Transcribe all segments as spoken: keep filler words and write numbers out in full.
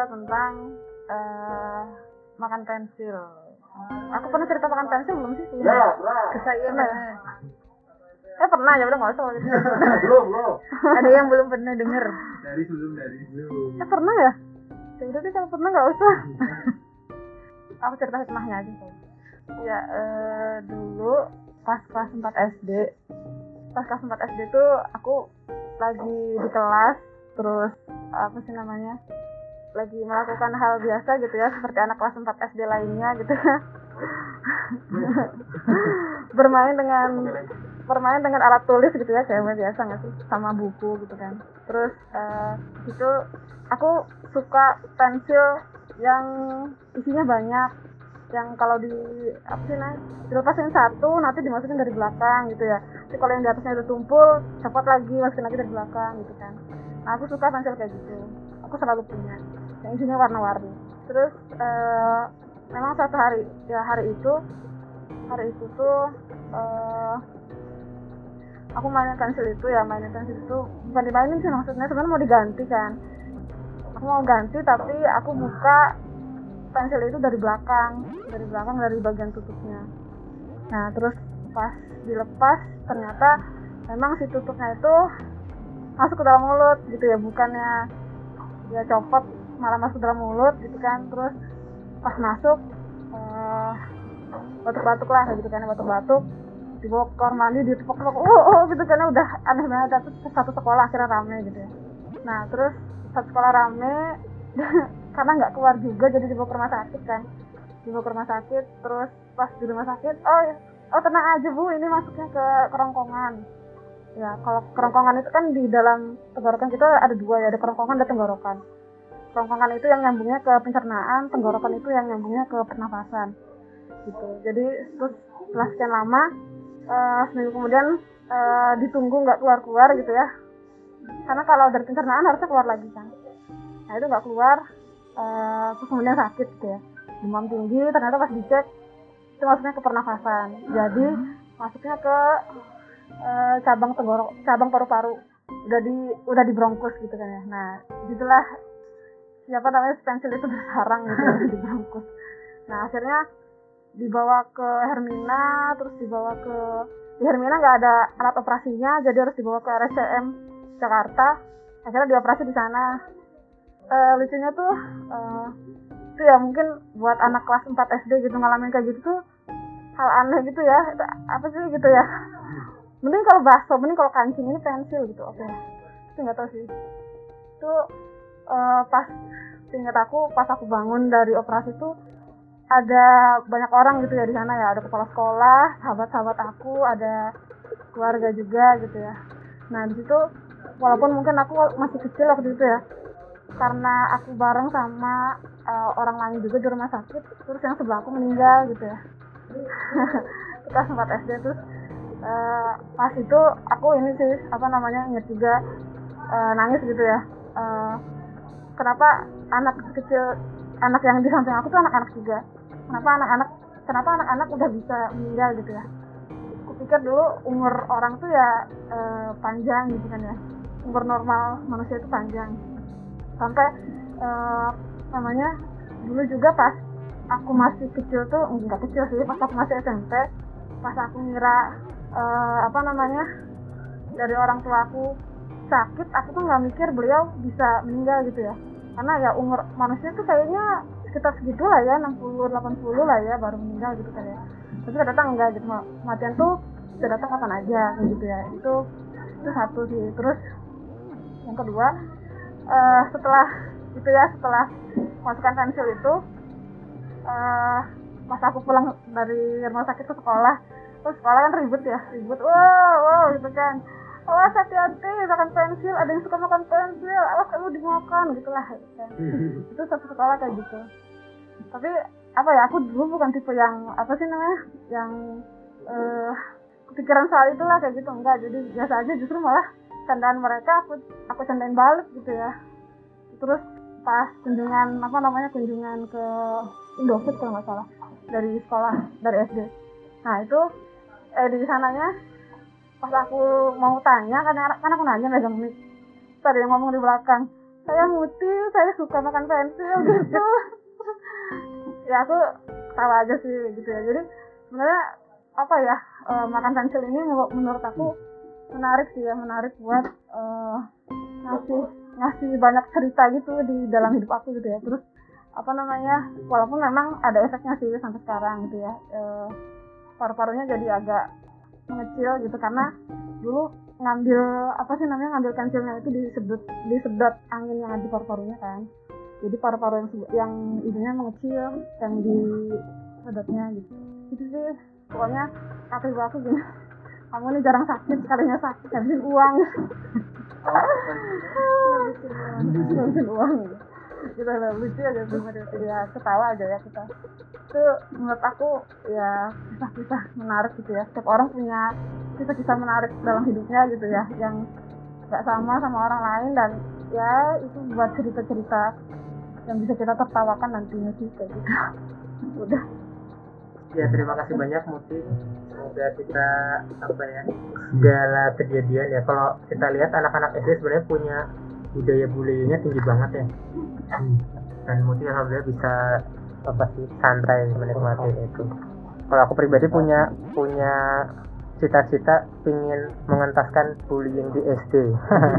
tentang uh, makan pensil. Aku pernah cerita makan pensil belum sih? Ya, pernah. Saya pernah. Eh pernah ya udah nggak usah gitu. belum belum. Ada yang belum pernah denger. Dari sebelum dari sebelum. Eh pernah ya? Jadi deh kalau pernah nggak usah. Aku cerita hikmahnya aja. Ya uh, dulu pas kelas empat S D. Pas kelas empat S D tuh aku lagi di kelas, terus apa sih namanya? Lagi melakukan hal biasa gitu ya, seperti anak kelas empat S D lainnya gitu ya. bermain dengan bermain dengan alat tulis gitu ya, cewek biasa nggak sih, sama buku gitu kan. Terus uh, itu aku suka pensil yang isinya banyak, yang kalau di apa sih nah dilepasin satu nanti dimasukin dari belakang gitu ya. Jadi kalau yang di atasnya udah tumpul, copot lagi, masukin lagi dari belakang gitu kan. Nah aku suka pensil kayak gitu, aku selalu punya yang isinya warna-warni. Terus uh, memang satu hari ya hari itu hari itu tuh uh, aku mainin pensil itu ya mainin pensil itu bukan dimainin sih, maksudnya sebenarnya mau diganti kan. Aku mau ganti tapi aku buka pensil itu dari belakang dari belakang dari bagian tutupnya. Nah terus pas dilepas ternyata memang si tutupnya itu masuk ke dalam mulut gitu ya, bukannya dia copot malah masuk dalam mulut gitu kan. Terus pas masuk uh, batuk-batuk lah gitu kan, batuk-batuk dibawa ke kamar mandi, ditepok-tepok oh, oh gitu kan, udah aneh banget. Terus satu sekolah akhirnya rame gitu ya. Nah terus satu sekolah rame karena nggak keluar juga, jadi dibawa ke rumah sakit kan, dibawa ke rumah sakit. Terus pas di rumah sakit, oh oh tenang aja bu, ini masuknya ke kerongkongan. Ya kalau kerongkongan itu kan di dalam tenggorokan kita ada dua ya, ada kerongkongan dan tenggorokan. Kerongkongan itu yang nyambungnya ke pencernaan, tenggorokan itu yang nyambungnya ke pernafasan gitu. Jadi terus setelah sekian lama uh, seminggu kemudian uh, ditunggu nggak keluar-keluar gitu ya, karena kalau dari pencernaan harusnya keluar lagi kan. Nah itu nggak keluar, uh, terus kemudian sakit gitu ya, demam tinggi. Ternyata pas dicek itu masuknya ke pernafasan, jadi masuknya ke uh, cabang tenggorok, cabang paru-paru, udah di udah di bronkus gitu kan ya. Nah disitulah siapa namanya pensil itu bersarang gitu ya, di bronkus. Nah akhirnya dibawa ke Hermina, terus dibawa ke di Hermina nggak ada alat operasinya, jadi harus dibawa ke R S C M Jakarta. Akhirnya dioperasi di sana. E, lucunya tuh e, itu ya mungkin buat anak kelas empat S D gitu ngalamin kayak gitu tuh hal aneh gitu ya. Apa sih gitu ya, mending kalau bakso, mending kalau kancing, ini pensil gitu. Oke, itu nggak tahu sih. Itu e, pas seingat aku pas aku bangun dari operasi tuh ada banyak orang gitu ya di sana ya, ada kepala sekolah, sahabat-sahabat aku, ada keluarga juga gitu ya. Nah di situ walaupun mungkin aku masih kecil waktu itu ya, karena aku bareng sama uh, orang lain juga di rumah sakit, terus yang sebelah aku meninggal gitu ya. Kita sempat S D. Terus uh, pas itu aku ini sih apa namanya ingat juga uh, nangis gitu ya. Uh, kenapa anak kecil, anak yang di samping aku tuh anak-anak juga, kenapa anak-anak kenapa anak-anak udah bisa meninggal gitu ya. Aku pikir dulu umur orang tuh ya uh, panjang gitu kan ya, umur normal manusia itu panjang. Sampai uh, namanya dulu juga pas aku masih kecil tuh, enggak kecil sih, pas aku masih S M P, pas aku ngira uh, apa namanya dari orang tua aku sakit, aku tuh nggak mikir beliau bisa meninggal gitu ya, karena ya umur manusia tuh kayaknya sekitar segitu lah ya, enam puluh delapan puluh lah ya baru meninggal gitu kan ya. Tapi ternyata enggak gitu, kematian tuh bisa datang kapan aja gitu ya. Itu itu satu sih. Terus yang kedua, uh, setelah itu ya, setelah masukkan pensil itu, uh, pas aku pulang dari rumah sakit ke sekolah, terus sekolah kan ribut ya, ribut, wow, wow gitu kan, awas hati-hati makan pensil, ada yang suka makan pensil, awas kamu dimakan gitulah gitu kan. Itu satu sekolah kayak gitu. Tapi apa ya, aku dulu bukan tipe yang apa sih namanya, yang uh, kepikiran soal itulah kayak gitu, enggak. Jadi biasa aja, justru malah candaan mereka aku aku candain balik gitu ya. Terus pas kunjungan apa namanya kunjungan ke Indofood kalau nggak salah dari sekolah, dari S D. Nah itu eh di sananya pas aku mau tanya, kan kan aku nanya megang mic, tadi yang ngomong di belakang, saya Muti, saya suka makan pensil gitu. Ya aku salah aja sih gitu ya. Jadi sebenarnya apa ya, uh, makan pensil ini menurut aku menarik sih ya, menarik buat uh, ngasih ngasih banyak cerita gitu di dalam hidup aku gitu ya. Terus apa namanya, walaupun memang ada efeknya sih sampai sekarang gitu ya, uh, paru-parunya jadi agak mengecil gitu karena dulu ngambil apa sih namanya ngambil pensilnya itu disedot disedot angin yang ada di paru-parunya kan. Jadi paru-paru yang yang ininya mengecil, yang di sedotnya gitu. Itu sih pokoknya kata ibu aku gini, kamu ini jarang sakit, sekalinya sakit habisin uang. Habisin uang gitu. Kita lah lucu aja sebenarnya, ya ketawa aja ya kita. Itu menurut aku ya kisah-kisah menarik gitu ya. Setiap orang punya kisah-kisah menarik dalam hidupnya gitu ya, yang nggak sama sama orang lain, dan ya itu buat cerita-cerita yang bisa kita tertawakan nantinya sih kayak gitu. Udah. Ya terima kasih banyak Muti. Semoga kita apa ya, segala kejadian ya, kalau kita lihat anak-anak S D sebenarnya punya budaya bullyingnya tinggi banget ya. Dan Muti alhamdulillah bisa apa sih santai menikmati itu. Kalau aku pribadi punya punya cita-cita ingin mengentaskan bullying di S D.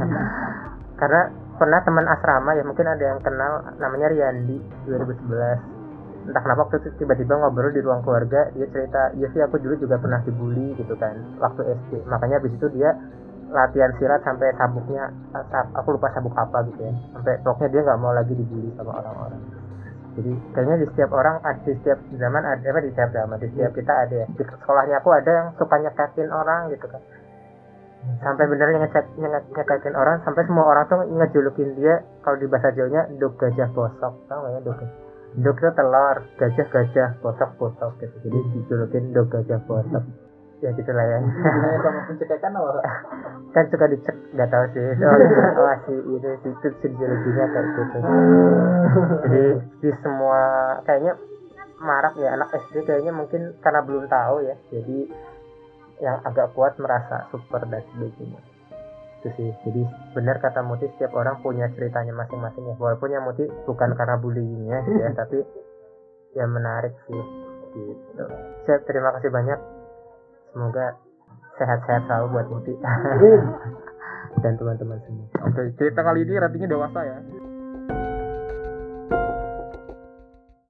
Karena pernah teman asrama ya, mungkin ada yang kenal, namanya Riyandi, dua ribu sebelas. Entah kenapa waktu itu tiba-tiba ngobrol di ruang keluarga, dia cerita, iya sih aku dulu juga pernah dibully gitu kan waktu S D. Makanya habis itu dia latihan silat sampai sabuknya, aku lupa sabuk apa gitu ya, sampai pokoknya dia nggak mau lagi dibully sama orang-orang. Jadi kayaknya di setiap orang, di setiap zaman ada apa, di setiap zaman, di setiap kita ada ya. Di sekolahnya aku ada yang suka nyekakin orang gitu kan, sampai benernya ngecek nyekakin orang, sampai semua orang tuh ngejulukin dia, kalau di bahasa Jawanya dog gajah bosok, tau nggak ya dog? Dog itu telur, gajah gajah, bosok bosok gitu. Jadi dijulukin dog gajah bosok. Ya gitulah ya. Hubungannya sama pencegahan apa? Kan suka dicek, nggak tahu sih. Oh, oh sih itu itu dijulukinya kayak gitu. Jadi di semua kayaknya marak ya anak S D kayaknya, mungkin karena belum tahu ya. Jadi yang agak kuat merasa super dan sebagainya. Itu sih. Jadi benar kata Muti, setiap orang punya ceritanya masing-masing ya. Walaupun yang Muti bukan karena bullyingnya ya, tapi ya menarik sih. Gitu. Siap, terima kasih banyak. Semoga sehat-sehat selalu buat Muti dan teman-teman semua. Oke, cerita kali ini ratingnya dewasa ya.